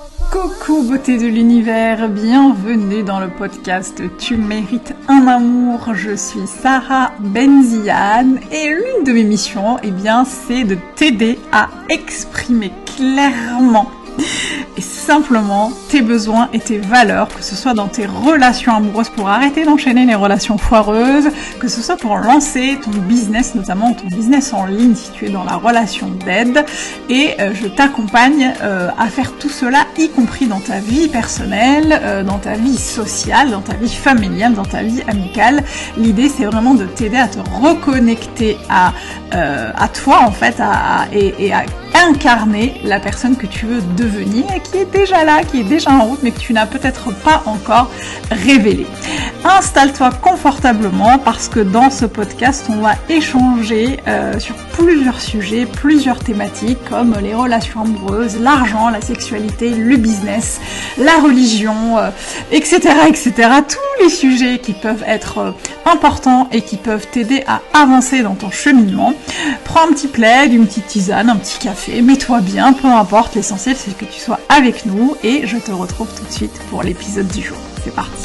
Coucou beauté de l'univers, bienvenue dans le podcast Tu mérites un amour. Je suis Sarah Benziane et l'une de mes missions, c'est de t'aider à exprimer clairement et simplement tes besoins et tes valeurs, que ce soit dans tes relations amoureuses pour arrêter d'enchaîner les relations foireuses, que ce soit pour lancer ton business, notamment ton business en ligne si tu es dans la relation d'aide, et je t'accompagne à faire tout cela, y compris dans ta vie personnelle, dans ta vie sociale, dans ta vie familiale, dans ta vie amicale. L'idée c'est vraiment de t'aider à te reconnecter à toi en fait, et à incarner la personne que tu veux devenir et qui est déjà là, qui est déjà en route mais que tu n'as peut-être pas encore révélé. Installe-toi confortablement parce que dans ce podcast on va échanger sur plusieurs sujets, plusieurs thématiques comme les relations amoureuses, l'argent, la sexualité, le business, la religion, etc. Tous les sujets qui peuvent être importants et qui peuvent t'aider à avancer dans ton cheminement. Prends un petit plaid, une petite tisane, un petit café, mets-toi bien, peu importe, l'essentiel c'est que tu sois avec nous et je te retrouve tout de suite pour l'épisode du jour. C'est parti.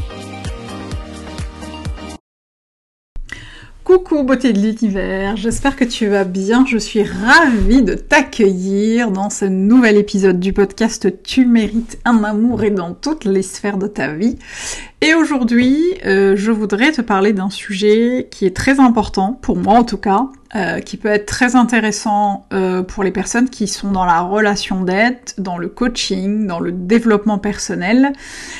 Coucou beauté de l'univers, j'espère que tu vas bien, je suis ravie de t'accueillir dans ce nouvel épisode du podcast Tu mérites un amour et dans toutes les sphères de ta vie. Et aujourd'hui, je voudrais te parler d'un sujet qui est très important, pour moi en tout cas, qui peut être très intéressant pour les personnes qui sont dans la relation d'aide, dans le coaching, dans le développement personnel,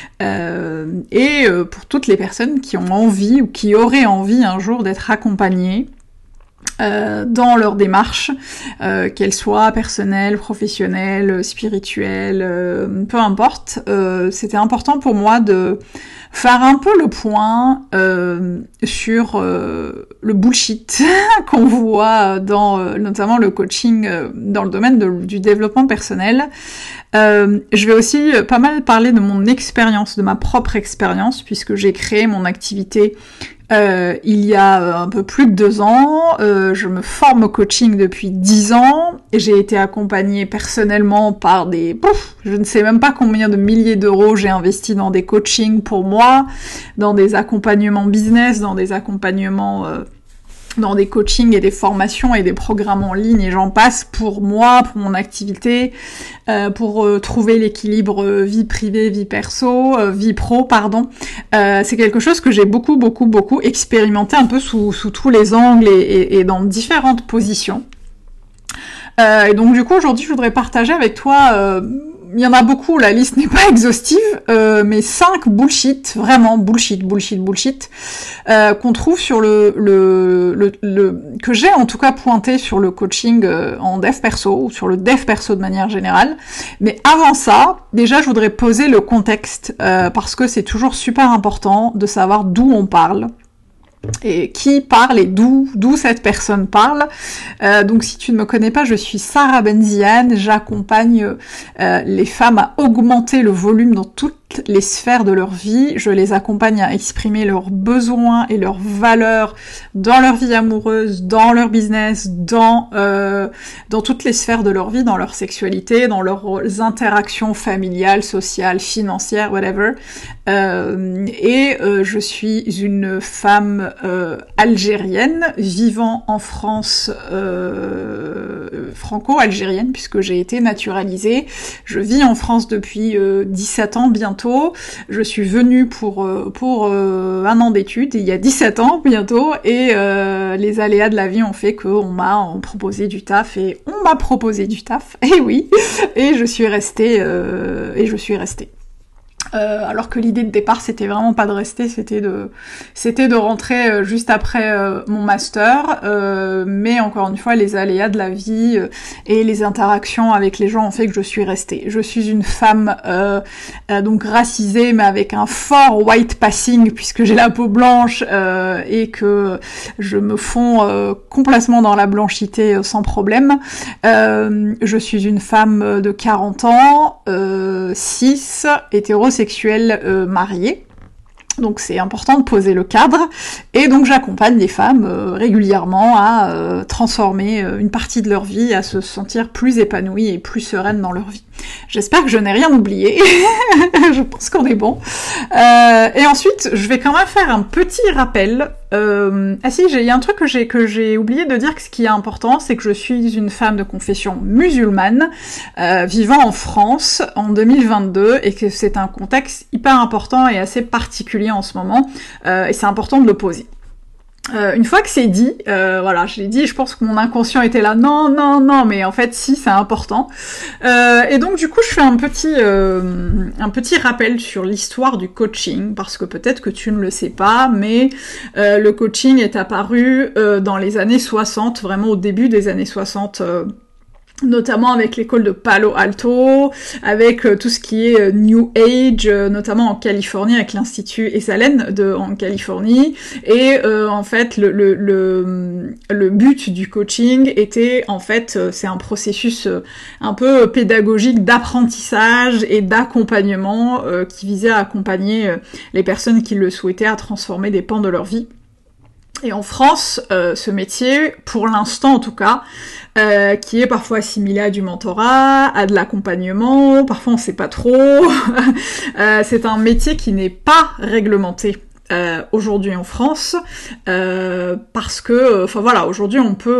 et pour toutes les personnes qui ont envie ou qui auraient envie un jour d'être accompagnées dans leur démarche, qu'elle soit personnelle, professionnelle, spirituelle, peu importe. C'était important pour moi de faire un peu le point sur le bullshit qu'on voit dans notamment le coaching, dans le domaine du développement personnel. Je vais aussi pas mal parler de mon expérience, de ma propre expérience, puisque j'ai créé mon activité il y a un peu plus de 2 ans, je me forme au coaching depuis 10 ans, et j'ai été accompagnée personnellement par je ne sais même pas combien de milliers d'euros j'ai investi dans des coachings pour moi, dans des accompagnements business, dans des accompagnements dans des coachings et des formations et des programmes en ligne et j'en passe pour moi, pour mon activité, pour trouver l'équilibre vie privée, vie perso, vie pro, pardon. C'est quelque chose que j'ai beaucoup expérimenté un peu sous tous les angles et dans différentes positions. Et donc du coup aujourd'hui je voudrais partager avec toi, il y en a beaucoup, la liste n'est pas exhaustive, mais 5 bullshit, vraiment bullshit, qu'on trouve sur que j'ai en tout cas pointé sur le coaching en dev perso, ou sur le dev perso de manière générale. Mais avant ça, déjà je voudrais poser le contexte, parce que c'est toujours super important de savoir d'où on parle. Et qui parle et d'où cette personne parle. Donc si tu ne me connais pas, je suis Sarah Benziane, j'accompagne les femmes à augmenter le volume dans toutes les sphères de leur vie, je les accompagne à exprimer leurs besoins et leurs valeurs dans leur vie amoureuse, dans leur business, dans toutes les sphères de leur vie, dans leur sexualité, dans leurs interactions familiales, sociales, financières, whatever. Je suis une femme algérienne vivant en France, franco-algérienne puisque j'ai été naturalisée. Je vis en France depuis 17 ans bientôt. Je suis venue pour 1 an d'études, il y a 17 ans bientôt, et les aléas de la vie ont fait qu'on m'a proposé du taf, et oui, et je suis restée, alors que l'idée de départ c'était vraiment pas de rester, c'était de rentrer juste après mon master, mais encore une fois les aléas de la vie et les interactions avec les gens ont fait que je suis restée. Je suis une femme donc racisée mais avec un fort white passing puisque j'ai la peau blanche et que je me fonds complètement dans la blanchité sans problème. Je suis une femme de 40 ans, cis, hétérosexuelle, mariée. Donc c'est important de poser le cadre, et donc j'accompagne les femmes régulièrement à transformer une partie de leur vie, à se sentir plus épanouies et plus sereines dans leur vie. J'espère que je n'ai rien oublié. Je pense qu'on est bon. Et ensuite, je vais quand même faire un petit rappel. Ah si, il y a un truc que j'ai oublié de dire, que ce qui est important, c'est que je suis une femme de confession musulmane, vivant en France en 2022, et que c'est un contexte hyper important et assez particulier en ce moment, et c'est important de le poser. Une fois que c'est dit, voilà, je l'ai dit, je pense que mon inconscient était là, non, mais en fait, si, c'est important. Et donc, du coup, je fais un petit rappel sur l'histoire du coaching, parce que peut-être que tu ne le sais pas, mais le coaching est apparu dans les années 60, vraiment au début des années 60, notamment avec l'école de Palo Alto, avec tout ce qui est New Age, notamment en Californie, avec l'Institut Esalen en Californie. Et en fait, le but du coaching était, en fait, c'est un processus un peu pédagogique d'apprentissage et d'accompagnement qui visait à accompagner les personnes qui le souhaitaient à transformer des pans de leur vie. Et en France, ce métier, pour l'instant en tout cas, qui est parfois assimilé à du mentorat, à de l'accompagnement, parfois on sait pas trop, c'est un métier qui n'est pas réglementé aujourd'hui en France, parce que, enfin voilà, aujourd'hui on peut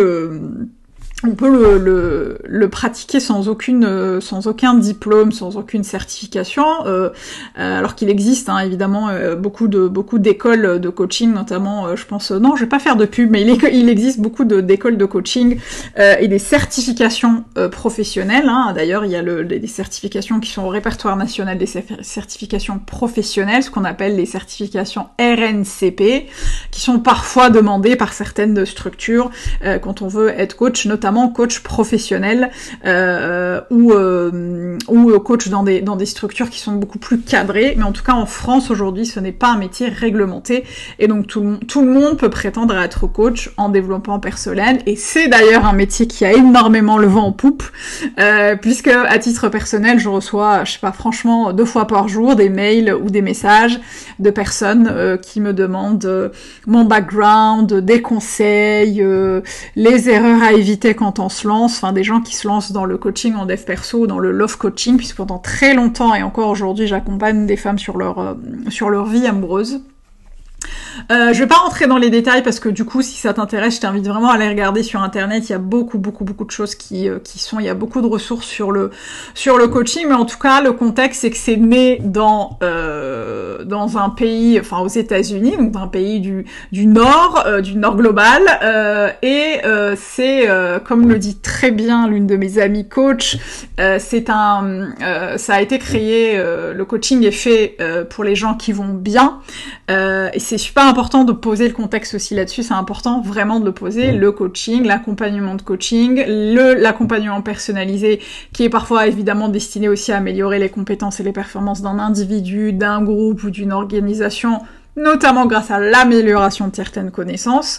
le pratiquer sans aucun diplôme, sans aucune certification, alors qu'il existe évidemment beaucoup d'écoles de coaching, notamment je pense, non je vais pas faire de pub, mais il existe beaucoup d'écoles de coaching et des certifications professionnelles, d'ailleurs il y a des certifications qui sont au répertoire national des certifications professionnelles, ce qu'on appelle les certifications RNCP, qui sont parfois demandées par certaines structures quand on veut être coach, notamment coach professionnel ou coach dans des structures qui sont beaucoup plus cadrées, mais en tout cas en France aujourd'hui ce n'est pas un métier réglementé, et donc tout le monde peut prétendre à être coach en développement personnel, et c'est d'ailleurs un métier qui a énormément le vent en poupe, puisque à titre personnel je reçois, je sais pas, franchement 2 fois par jour des mails ou des messages de personnes qui me demandent mon background, des conseils, les erreurs à éviter quand on se lance, enfin des gens qui se lancent dans le coaching en dev perso, dans le love coaching, puisque pendant très longtemps et encore aujourd'hui j'accompagne des femmes sur leur vie amoureuse. Je vais pas rentrer dans les détails parce que du coup si ça t'intéresse je t'invite vraiment à aller regarder sur internet, il y a beaucoup de choses il y a beaucoup de ressources sur le coaching, mais en tout cas le contexte c'est que c'est né dans un pays, enfin aux États-Unis, donc un pays du Nord global, et c'est comme le dit très bien l'une de mes amies coach, ça a été créé, le coaching est fait pour les gens qui vont bien, et c'est super important de poser le contexte aussi là-dessus, c'est important vraiment de le poser, le coaching, l'accompagnement de coaching, l'accompagnement personnalisé qui est parfois évidemment destiné aussi à améliorer les compétences et les performances d'un individu, d'un groupe ou d'une organisation, notamment grâce à l'amélioration de certaines connaissances,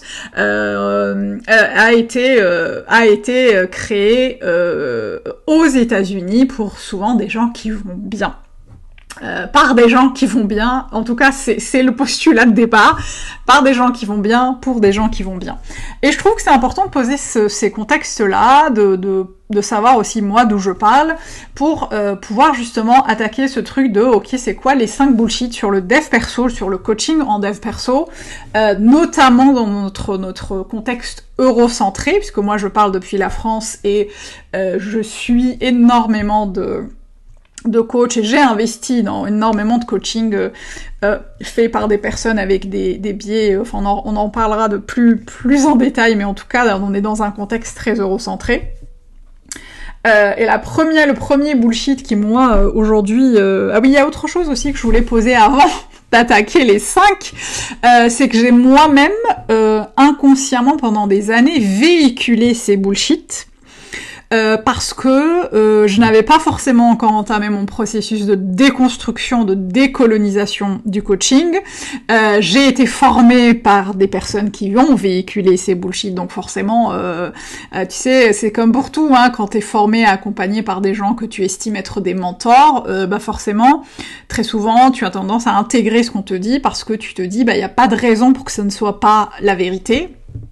a été créé aux États-Unis pour souvent des gens qui vont bien. Par des gens qui vont bien, en tout cas c'est le postulat de départ, par des gens qui vont bien, pour des gens qui vont bien. Et je trouve que c'est important de poser ces contextes-là, de savoir aussi moi d'où je parle, pour pouvoir justement attaquer ce truc de ok c'est quoi les 5 bullshit sur le dev perso, sur le coaching en dev perso, notamment dans notre contexte eurocentré, puisque moi je parle depuis la France et je suis énormément de coach, et j'ai investi dans énormément de coaching fait par des personnes avec des biais, enfin on en parlera de plus en détail, mais en tout cas on est dans un contexte très eurocentré. Et le premier bullshit qui moi aujourd'hui... Ah oui, il y a autre chose aussi que je voulais poser avant d'attaquer les 5, c'est que j'ai moi-même inconsciemment pendant des années véhiculé ces bullshit. Parce que je n'avais pas forcément encore entamé mon processus de déconstruction, de décolonisation du coaching. J'ai été formée par des personnes qui ont véhiculé ces bullshit, donc forcément, tu sais, c'est comme pour tout, quand t'es formé, accompagné par des gens que tu estimes être des mentors, forcément, très souvent, tu as tendance à intégrer ce qu'on te dit parce que tu te dis, y a pas de raison pour que ce ne soit pas la vérité.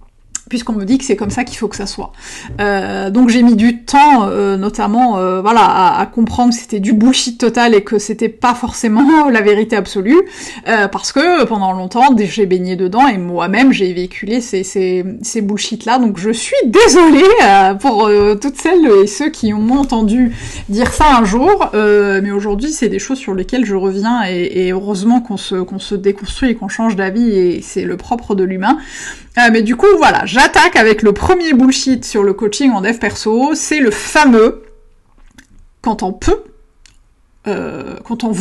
puisqu'on me dit que c'est comme ça qu'il faut que ça soit. Donc j'ai mis du temps, notamment, à comprendre que c'était du bullshit total et que c'était pas forcément la vérité absolue, parce que pendant longtemps, j'ai baigné dedans et moi-même j'ai véhiculé ces bullshit-là. Donc je suis désolée pour toutes celles et ceux qui m'ont entendu dire ça un jour, mais aujourd'hui c'est des choses sur lesquelles je reviens et heureusement qu'on se déconstruit et qu'on change d'avis, et c'est le propre de l'humain. Mais du coup, voilà, j'attaque avec le premier bullshit sur le coaching en dev perso, c'est le fameux « quand on veut,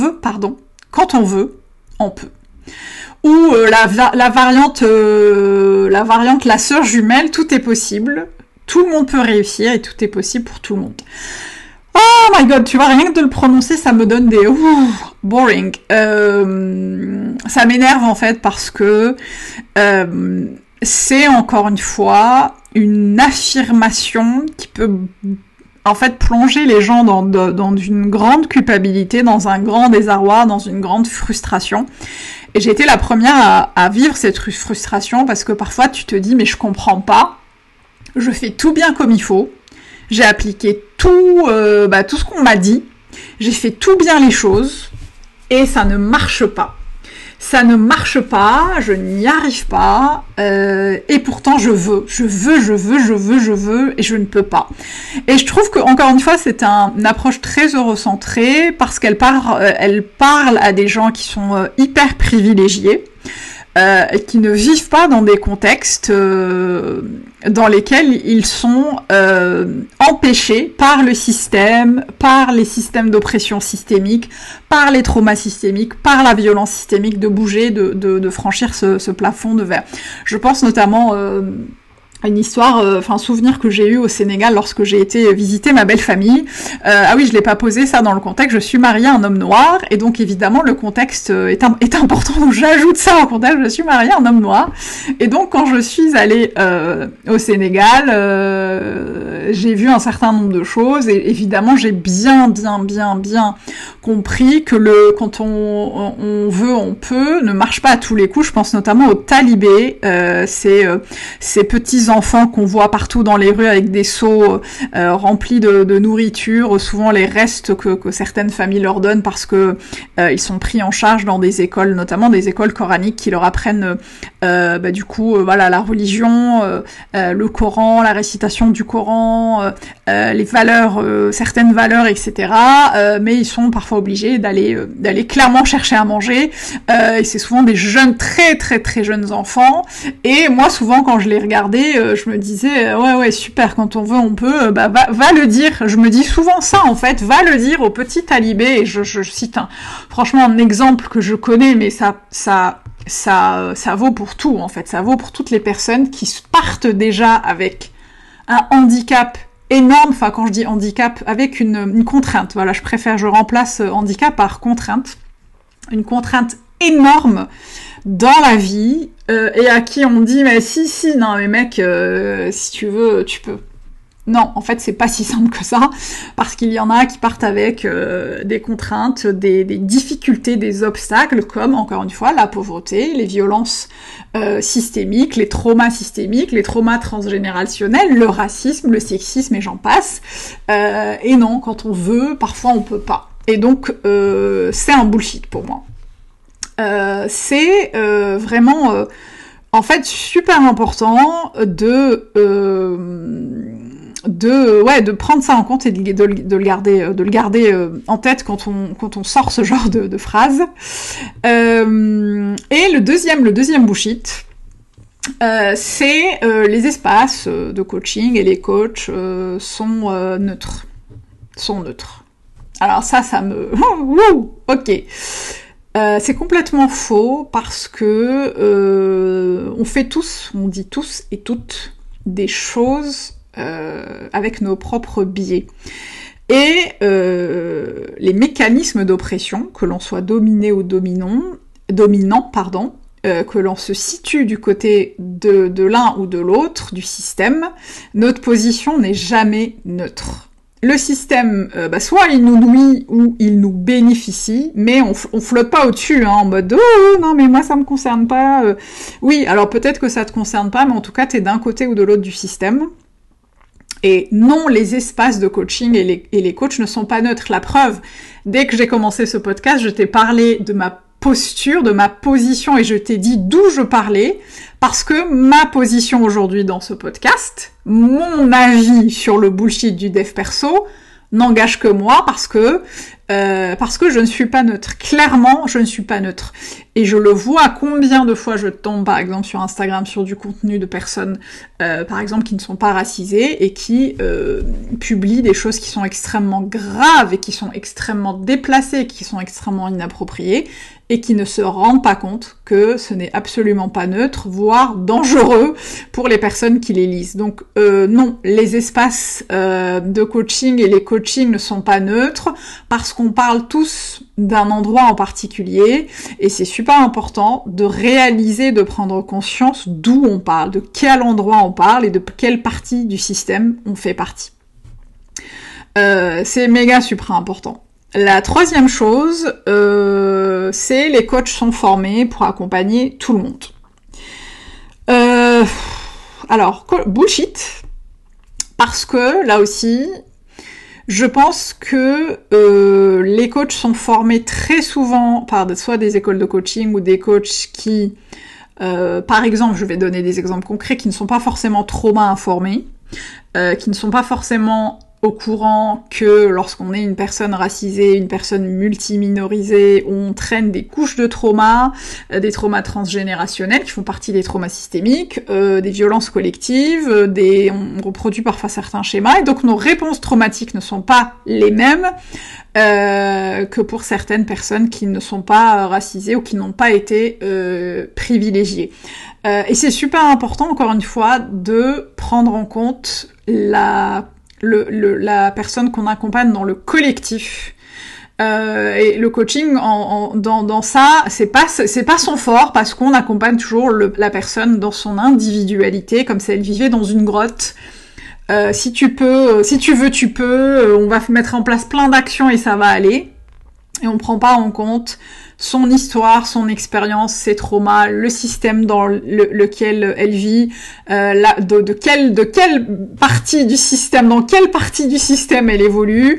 on peut ». Ou la variante la sœur jumelle, tout est possible, tout le monde peut réussir et tout est possible pour tout le monde. Oh my god, tu vois, rien que de le prononcer, ça me donne des boring. Ça m'énerve en fait parce que c'est encore une fois une affirmation qui peut en fait plonger les gens dans une grande culpabilité, dans un grand désarroi, dans une grande frustration. Et j'ai été la première à vivre cette frustration parce que parfois tu te dis mais je comprends pas, je fais tout bien comme il faut, j'ai appliqué tout ce qu'on m'a dit, j'ai fait tout bien les choses et ça ne marche pas. Ça ne marche pas, je n'y arrive pas, et pourtant je veux, et je ne peux pas. Et je trouve que, encore une fois, c'est une approche très eurocentrée, parce qu'elle parle à des gens qui sont hyper privilégiés, et qui ne vivent pas dans des contextes dans lesquels ils sont empêchés par le système, par les systèmes d'oppression systémique, par les traumas systémiques, par la violence systémique, de bouger, de franchir ce plafond de verre. Je pense notamment une histoire, un souvenir que j'ai eu au Sénégal lorsque j'ai été visiter ma belle famille. Ah oui, je l'ai pas posé ça dans le contexte, je suis mariée à un homme noir, et donc évidemment le contexte est important, donc j'ajoute ça au contexte, je suis mariée à un homme noir. Et donc quand je suis allée au Sénégal, j'ai vu un certain nombre de choses, et évidemment j'ai bien compris que quand on veut, on peut, ne marche pas à tous les coups. Je pense notamment aux talibés, ces petits enfants qu'on voit partout dans les rues avec des seaux remplis de nourriture, souvent les restes que certaines familles leur donnent parce que ils sont pris en charge dans des écoles, notamment des écoles coraniques qui leur apprennent la religion, le Coran, la récitation du Coran, les valeurs, certaines valeurs, etc. Mais ils sont parfois obligés d'aller clairement chercher à manger, et c'est souvent des jeunes, très très très jeunes enfants. Et moi souvent quand je les regardais, je me disais ouais super, quand on veut on peut, va le dire. Je me dis souvent ça en fait, va le dire au petit talibé. Et je cite franchement un exemple que je connais, mais ça vaut pour tout en fait, ça vaut pour toutes les personnes qui partent déjà avec un handicap énorme, enfin quand je dis handicap, avec une contrainte, voilà, je remplace handicap par contrainte, une contrainte énorme dans la vie, et à qui on dit mais non mais mec, si tu veux tu peux. Non, en fait, c'est pas si simple que ça, parce qu'il y en a qui partent avec des contraintes, des difficultés, des obstacles, comme, encore une fois, la pauvreté, les violences systémiques, les traumas systémiques, les traumas transgénérationnels, le racisme, le sexisme, et j'en passe. Et non, quand on veut, parfois on peut pas. Et donc, c'est un bullshit pour moi. C'est vraiment, en fait, super important de prendre ça en compte et de le garder en tête quand on sort ce genre de phrases. Et le deuxième bullshit, c'est les espaces de coaching, et les coachs sont neutres. Alors ça me... ok. C'est complètement faux, parce que on dit tous et toutes des choses avec nos propres biais. Et les mécanismes d'oppression, que l'on soit dominé ou dominant, que l'on se situe du côté de l'un ou de l'autre du système, notre position n'est jamais neutre. le système, soit il nous nuit ou il nous bénéficie, mais on flotte pas au-dessus, hein, en mode oh non mais moi ça me concerne pas. Oui, alors peut-être que ça te concerne pas, mais en tout cas t'es d'un côté ou de l'autre du système. Et non, les espaces de coaching et les coachs ne sont pas neutres. La preuve, dès que j'ai commencé ce podcast, je t'ai parlé de ma posture, de ma position, et je t'ai dit d'où je parlais, parce que ma position aujourd'hui dans ce podcast, mon avis sur le bullshit du dev perso, n'engage que moi, parce que je ne suis pas neutre. Clairement, je ne suis pas neutre. Et je le vois combien de fois je tombe, par exemple, sur Instagram, sur du contenu de personnes, par exemple, qui ne sont pas racisées et qui publient des choses qui sont extrêmement graves et qui sont extrêmement déplacées, qui sont extrêmement inappropriées et qui ne se rendent pas compte que ce n'est absolument pas neutre, voire dangereux pour les personnes qui les lisent. Donc non, les espaces de coaching et les coachings ne sont pas neutres parce qu'on parle tous d'un endroit en particulier et c'est super important de réaliser, de prendre conscience d'où on parle, de quel endroit on parle et de quelle partie du système on fait partie. C'est méga super important. La troisième chose, c'est les coachs sont formés pour accompagner tout le monde. Alors, bullshit, parce que, là aussi, je pense que les coachs sont formés très souvent par soit des écoles de coaching ou des coachs qui, par exemple, je vais donner des exemples concrets, qui ne sont pas forcément trauma informés, qui ne sont pas forcément au courant que lorsqu'on est une personne racisée, une personne multiminorisée, on traîne des couches de trauma, des traumas transgénérationnels qui font partie des traumas systémiques, des violences collectives, on reproduit parfois certains schémas, et donc nos réponses traumatiques ne sont pas les mêmes que pour certaines personnes qui ne sont pas racisées ou qui n'ont pas été privilégiées. Et c'est super important, encore une fois, de prendre en compte la personne qu'on accompagne dans le collectif. Et le coaching dans ça, c'est pas son fort parce qu'on accompagne toujours la personne dans son individualité, comme si elle vivait dans une grotte. Si tu veux, tu peux. On va mettre en place plein d'actions et ça va aller. Et on prend pas en compte son histoire, son expérience, ses traumas, le système dans lequel elle vit, de quelle partie du système, dans quelle partie du système elle évolue.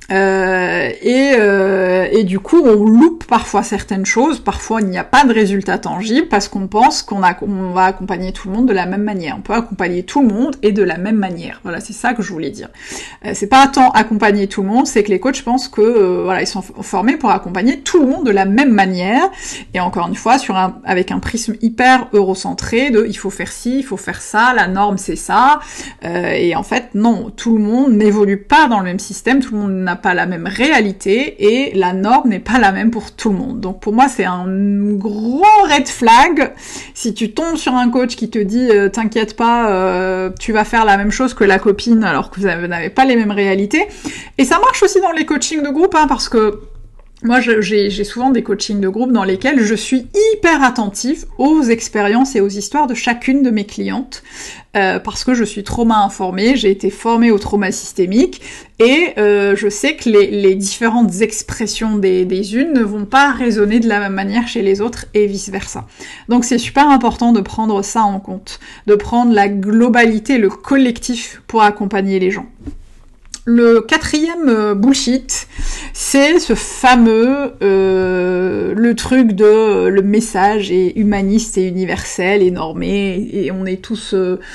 Et du coup, on loupe parfois certaines choses. Parfois, il n'y a pas de résultat tangible parce qu'on pense qu'on va accompagner tout le monde de la même manière. On peut accompagner tout le monde et de la même manière. Voilà, c'est ça que je voulais dire. C'est pas tant accompagner tout le monde, c'est que les coachs pensent que ils sont formés pour accompagner tout le monde de la même manière. Et encore une fois, avec un prisme hyper eurocentré de il faut faire ci, il faut faire ça, la norme c'est ça. Et en fait, non, tout le monde n'évolue pas dans le même système, tout le monde n'a pas la même réalité et la norme n'est pas la même pour tout le monde. Donc pour moi, c'est un gros red flag si tu tombes sur un coach qui te dit t'inquiète pas, tu vas faire la même chose que la copine alors que vous n'avez pas les mêmes réalités. Et ça marche aussi dans les coachings de groupe, hein, parce que moi, j'ai souvent des coachings de groupe dans lesquels je suis hyper attentive aux expériences et aux histoires de chacune de mes clientes, parce que je suis trauma informée, j'ai été formée au trauma systémique, et je sais que les différentes expressions des unes ne vont pas résonner de la même manière chez les autres, et vice-versa. Donc c'est super important de prendre ça en compte, de prendre la globalité, le collectif pour accompagner les gens. Le quatrième bullshit, c'est ce fameux le truc de le message est humaniste et universel et normé et on est tous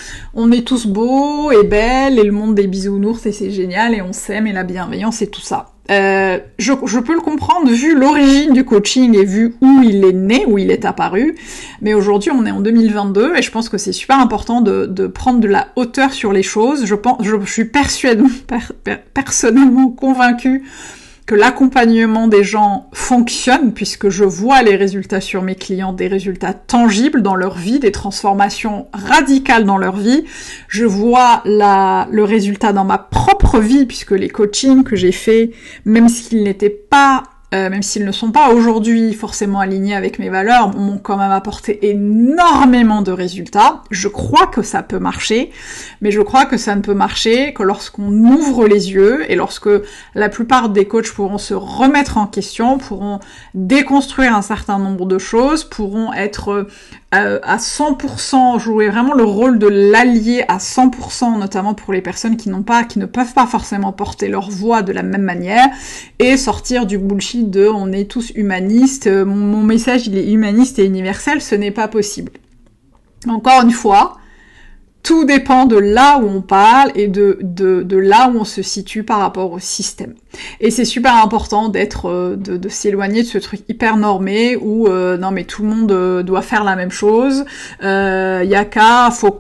beaux et belles et le monde des bisounours et c'est génial et on s'aime et la bienveillance et tout ça. Je peux le comprendre vu l'origine du coaching et vu où il est né, où il est apparu, mais aujourd'hui on est en 2022 et je pense que c'est super important de prendre de la hauteur sur les choses. Je suis personnellement convaincue que l'accompagnement des gens fonctionne puisque je vois les résultats sur mes clients, des résultats tangibles dans leur vie, des transformations radicales dans leur vie. Je vois le résultat dans ma propre vie puisque les coachings que j'ai faits, même s'ils n'étaient pas même s'ils ne sont pas aujourd'hui forcément alignés avec mes valeurs, m'ont quand même apporté énormément de résultats. Je crois que ça peut marcher, mais je crois que ça ne peut marcher que lorsqu'on ouvre les yeux et lorsque la plupart des coachs pourront se remettre en question, pourront déconstruire un certain nombre de choses, pourront être à 100%, jouer vraiment le rôle de l'allié à 100%, notamment pour les personnes qui ne peuvent pas forcément porter leur voix de la même manière, et sortir du bullshit de on est tous humanistes, mon message il est humaniste et universel, ce n'est pas possible. Encore une fois, tout dépend de là où on parle et de là où on se situe par rapport au système. Et c'est super important de s'éloigner de ce truc hyper normé où non mais tout le monde doit faire la même chose. Y a qu'à, faut,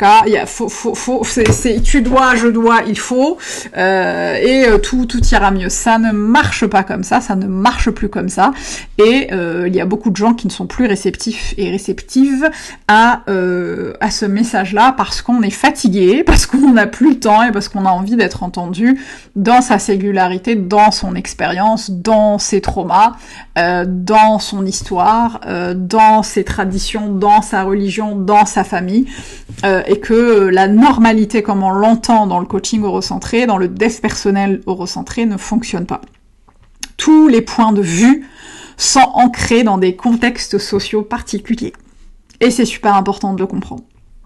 c'est tu dois, je dois, il faut tout ira mieux. Ça ne marche pas comme ça ne marche plus comme ça. Et il y a beaucoup de gens qui ne sont plus réceptifs et réceptives à ce message-là parce qu'on est fatigué, parce qu'on n'a plus le temps et parce qu'on a envie d'être entendu dans sa singularité, dans son expérience, dans ses traumas, dans son histoire, dans ses traditions, dans sa religion, dans sa famille, et que la normalité comme on l'entend dans le coaching eurocentré, dans le dev personnel eurocentré ne fonctionne pas. Tous les points de vue sont ancrés dans des contextes sociaux particuliers. Et c'est super important de le comprendre.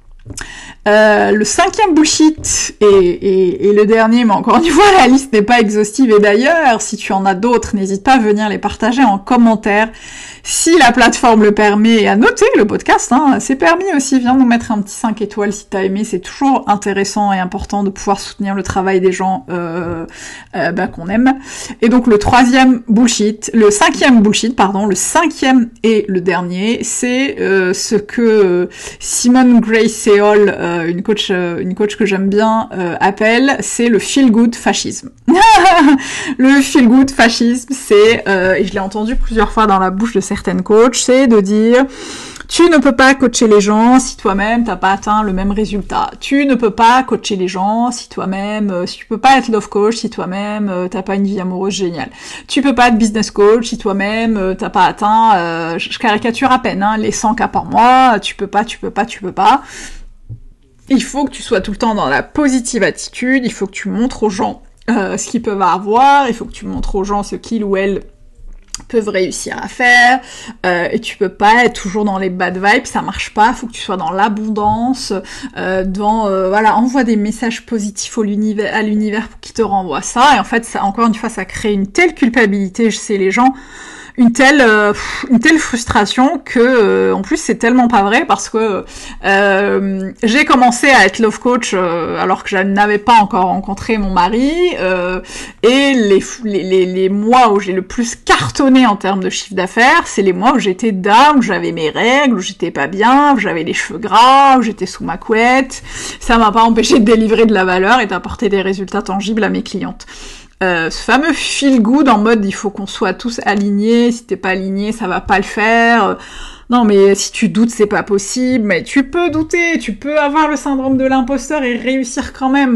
Le 5e bullshit et le dernier, mais encore une fois la liste n'est pas exhaustive, et d'ailleurs si tu en as d'autres, n'hésite pas à venir les partager en commentaire si la plateforme le permet, et à noter le podcast, c'est permis aussi, viens nous mettre un petit 5 étoiles si t'as aimé, c'est toujours intéressant et important de pouvoir soutenir le travail des gens qu'on aime. Et donc le 5e bullshit, le 5e et le dernier, c'est ce que Simone Grace Seol, une coach que j'aime bien, appelle, c'est le feel good fascisme. Le feel good fascisme, c'est, et je l'ai entendu plusieurs fois dans la bouche de certaines coachs, c'est de dire tu ne peux pas coacher les gens si toi-même t'as pas atteint le même résultat. Tu ne peux pas coacher les gens si toi-même, si tu peux pas être love coach si toi-même t'as pas une vie amoureuse géniale. Tu peux pas être business coach si toi-même t'as pas atteint, je caricature à peine, les 100 cas par mois. Tu peux pas. Il faut que tu sois tout le temps dans la positive attitude. Il faut que tu montres aux gens ce qu'ils peuvent avoir. Il faut que tu montres aux gens ce qu'ils ou elles peuvent réussir à faire, et tu peux pas être toujours dans les bad vibes, ça marche pas, faut que tu sois dans l'abondance, envoie des messages positifs à l'univers pour qu'il te renvoie ça, et en fait, ça, encore une fois, ça crée une telle culpabilité chez les gens, une telle frustration que en plus c'est tellement pas vrai parce que j'ai commencé à être love coach alors que je n'avais pas encore rencontré mon mari, et les mois où j'ai le plus cartonné en termes de chiffre d'affaires, c'est les mois où j'étais down, où j'avais mes règles, où j'étais pas bien, où j'avais les cheveux gras, où j'étais sous ma couette. Ça m'a pas empêché de délivrer de la valeur et d'apporter des résultats tangibles à mes clientes. Ce fameux feel good en mode il faut qu'on soit tous alignés, si t'es pas aligné ça va pas le faire, non mais si tu doutes c'est pas possible, mais tu peux douter, tu peux avoir le syndrome de l'imposteur et réussir quand même,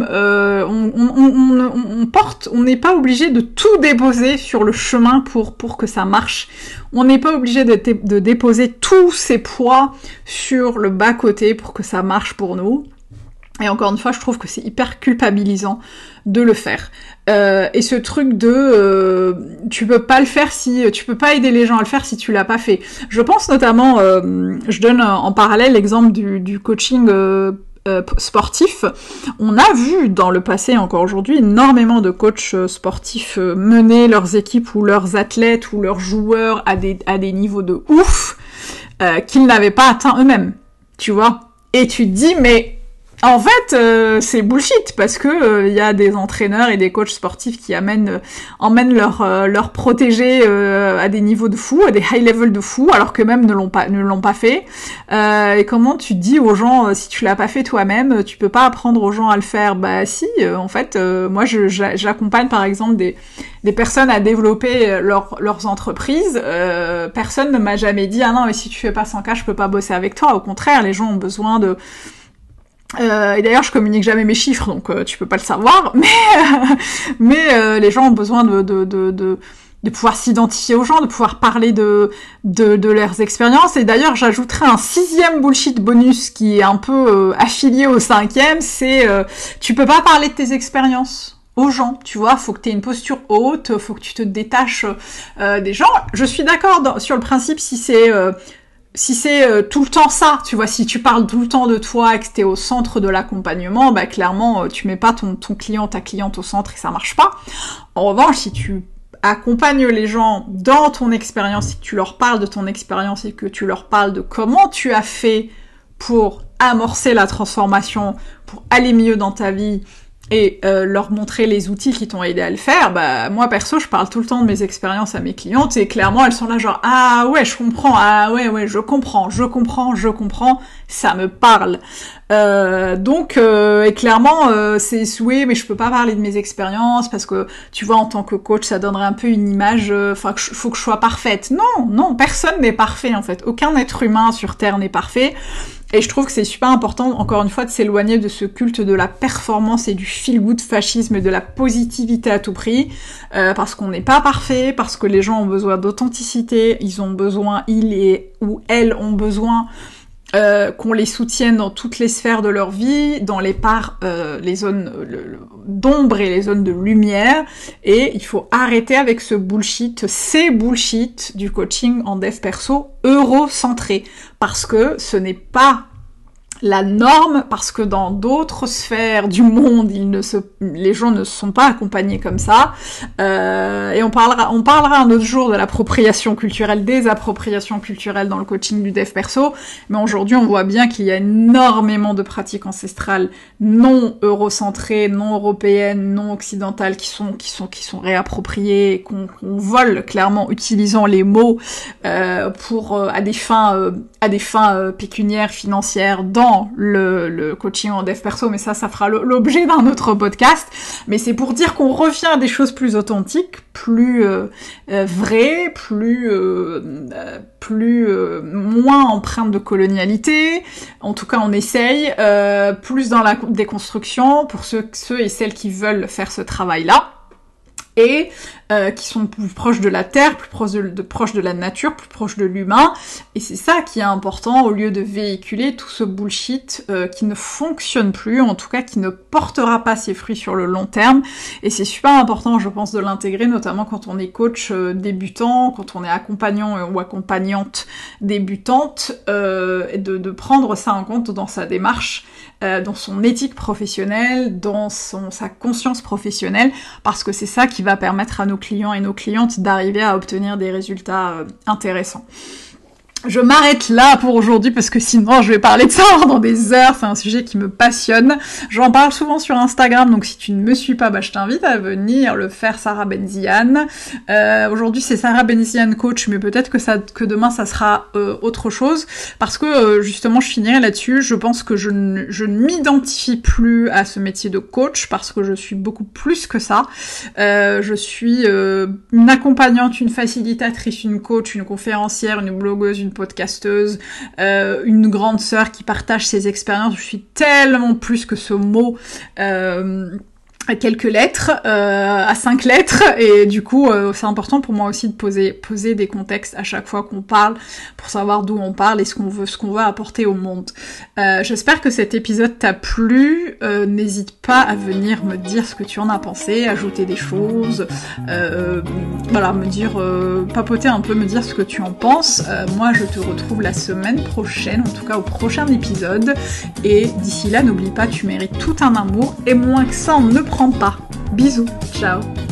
on n'est pas obligé de tout déposer sur le chemin pour que ça marche, on n'est pas obligé de déposer tous ces poids sur le bas-côté pour que ça marche pour nous. Et encore une fois, je trouve que c'est hyper culpabilisant de le faire. Et ce truc de tu peux pas le faire tu peux pas aider les gens à le faire si tu l'as pas fait. Je pense notamment, je donne en parallèle l'exemple du coaching sportif. On a vu dans le passé, et encore aujourd'hui, énormément de coachs sportifs mener leurs équipes ou leurs athlètes ou leurs joueurs à des niveaux de ouf qu'ils n'avaient pas atteint eux-mêmes. Tu vois ? Et tu te dis, mais en fait, c'est bullshit parce que y a des entraîneurs et des coachs sportifs qui emmènent leurs protégés à des niveaux de fou, à des high level de fou, alors que même ne l'ont pas fait. Et comment tu dis aux gens si tu l'as pas fait toi-même, tu peux pas apprendre aux gens à le faire? Bah si, en fait, moi j'accompagne par exemple des personnes à développer leurs entreprises. Personne ne m'a jamais dit ah non mais si tu fais pas 100K, je peux pas bosser avec toi. Au contraire, les gens ont besoin de et d'ailleurs je communique jamais mes chiffres donc tu peux pas le savoir, mais les gens ont besoin pouvoir s'identifier aux gens, de pouvoir parler de leurs expériences. Et d'ailleurs, j'ajouterai un 6e bullshit bonus qui est un peu affilié au 5e, c'est tu peux pas parler de tes expériences aux gens, tu vois, faut que tu aies une posture haute, faut que tu te détaches des gens. Je suis d'accord sur le principe si c'est tout le temps ça, tu vois, si tu parles tout le temps de toi et que t'es au centre de l'accompagnement, bah clairement tu mets pas ton client, ta cliente au centre et ça marche pas. En revanche, si tu accompagnes les gens dans ton expérience, si tu leur parles de ton expérience et que tu leur parles de comment tu as fait pour amorcer la transformation, pour aller mieux dans ta vie et leur montrer les outils qui t'ont aidé à le faire, bah moi perso je parle tout le temps de mes expériences à mes clientes et clairement elles sont là genre ah ouais je comprends, ah ouais je comprends, ça me parle. Donc et clairement c'est oui mais je peux pas parler de mes expériences parce que tu vois en tant que coach ça donnerait un peu une image faut que je sois parfaite. Non, personne n'est parfait en fait, aucun être humain sur terre n'est parfait. Et je trouve que c'est super important, encore une fois, de s'éloigner de ce culte de la performance et du feel-good fascisme et de la positivité à tout prix, parce qu'on n'est pas parfait, parce que les gens ont besoin d'authenticité, ils ou elles ont besoin qu'on les soutienne dans toutes les sphères de leur vie, dans les parts, les zones d'ombre et les zones de lumière, et il faut arrêter avec ces bullshit du coaching en dev perso eurocentré, parce que ce n'est pas la norme, parce que dans d'autres sphères du monde, les gens ne sont pas accompagnés comme ça. Et on parlera un autre jour de l'appropriation culturelle, des appropriations culturelles dans le coaching du dev perso. Mais aujourd'hui, on voit bien qu'il y a énormément de pratiques ancestrales non eurocentrées, non européennes, non occidentales qui sont réappropriées, qu'on vole clairement utilisant les mots à des fins pécuniaires, financières dans le coaching en dev perso, mais ça fera l'objet d'un autre podcast. Mais c'est pour dire qu'on revient à des choses plus authentiques, plus vraies, moins empreintes de colonialité. En tout cas, on essaye plus dans la déconstruction pour ceux et celles qui veulent faire ce travail-là. Et qui sont plus proches de la terre, plus proches de la nature, plus proches de l'humain. Et c'est ça qui est important, au lieu de véhiculer tout ce bullshit qui ne fonctionne plus, en tout cas qui ne portera pas ses fruits sur le long terme. Et c'est super important, je pense, de l'intégrer, notamment quand on est coach débutant, quand on est accompagnant ou accompagnante débutante, et de prendre ça en compte dans sa démarche, dans son éthique professionnelle, dans sa conscience professionnelle, parce que c'est ça qui va permettre à nos clients et nos clientes d'arriver à obtenir des résultats intéressants. Je m'arrête là pour aujourd'hui parce que sinon je vais parler de ça pendant des heures, c'est un sujet qui me passionne. J'en parle souvent sur Instagram, donc si tu ne me suis pas, je t'invite à venir le faire, Sarah Benziane. Aujourd'hui c'est Sarah Benziane coach, mais peut-être que demain ça sera autre chose, parce que justement je finirai là-dessus. Je pense que je ne m'identifie plus à ce métier de coach, parce que je suis beaucoup plus que ça. Je suis une accompagnante, une facilitatrice, une coach, une conférencière, une blogueuse, une podcasteuse, une grande sœur qui partage ses expériences. Je suis tellement plus que ce mot à quelques lettres, à 5 lettres, et du coup c'est important pour moi aussi de poser des contextes à chaque fois qu'on parle, pour savoir d'où on parle et ce qu'on veut apporter au monde. J'espère que cet épisode t'a plu. N'hésite pas à venir me dire ce que tu en as pensé, ajouter des choses, me dire, papoter un peu, me dire ce que tu en penses. Moi je te retrouve la semaine prochaine, en tout cas au prochain épisode, et d'ici là n'oublie pas, tu mérites tout un amour, et moins que ça on ne prend pas. Bisous, ciao.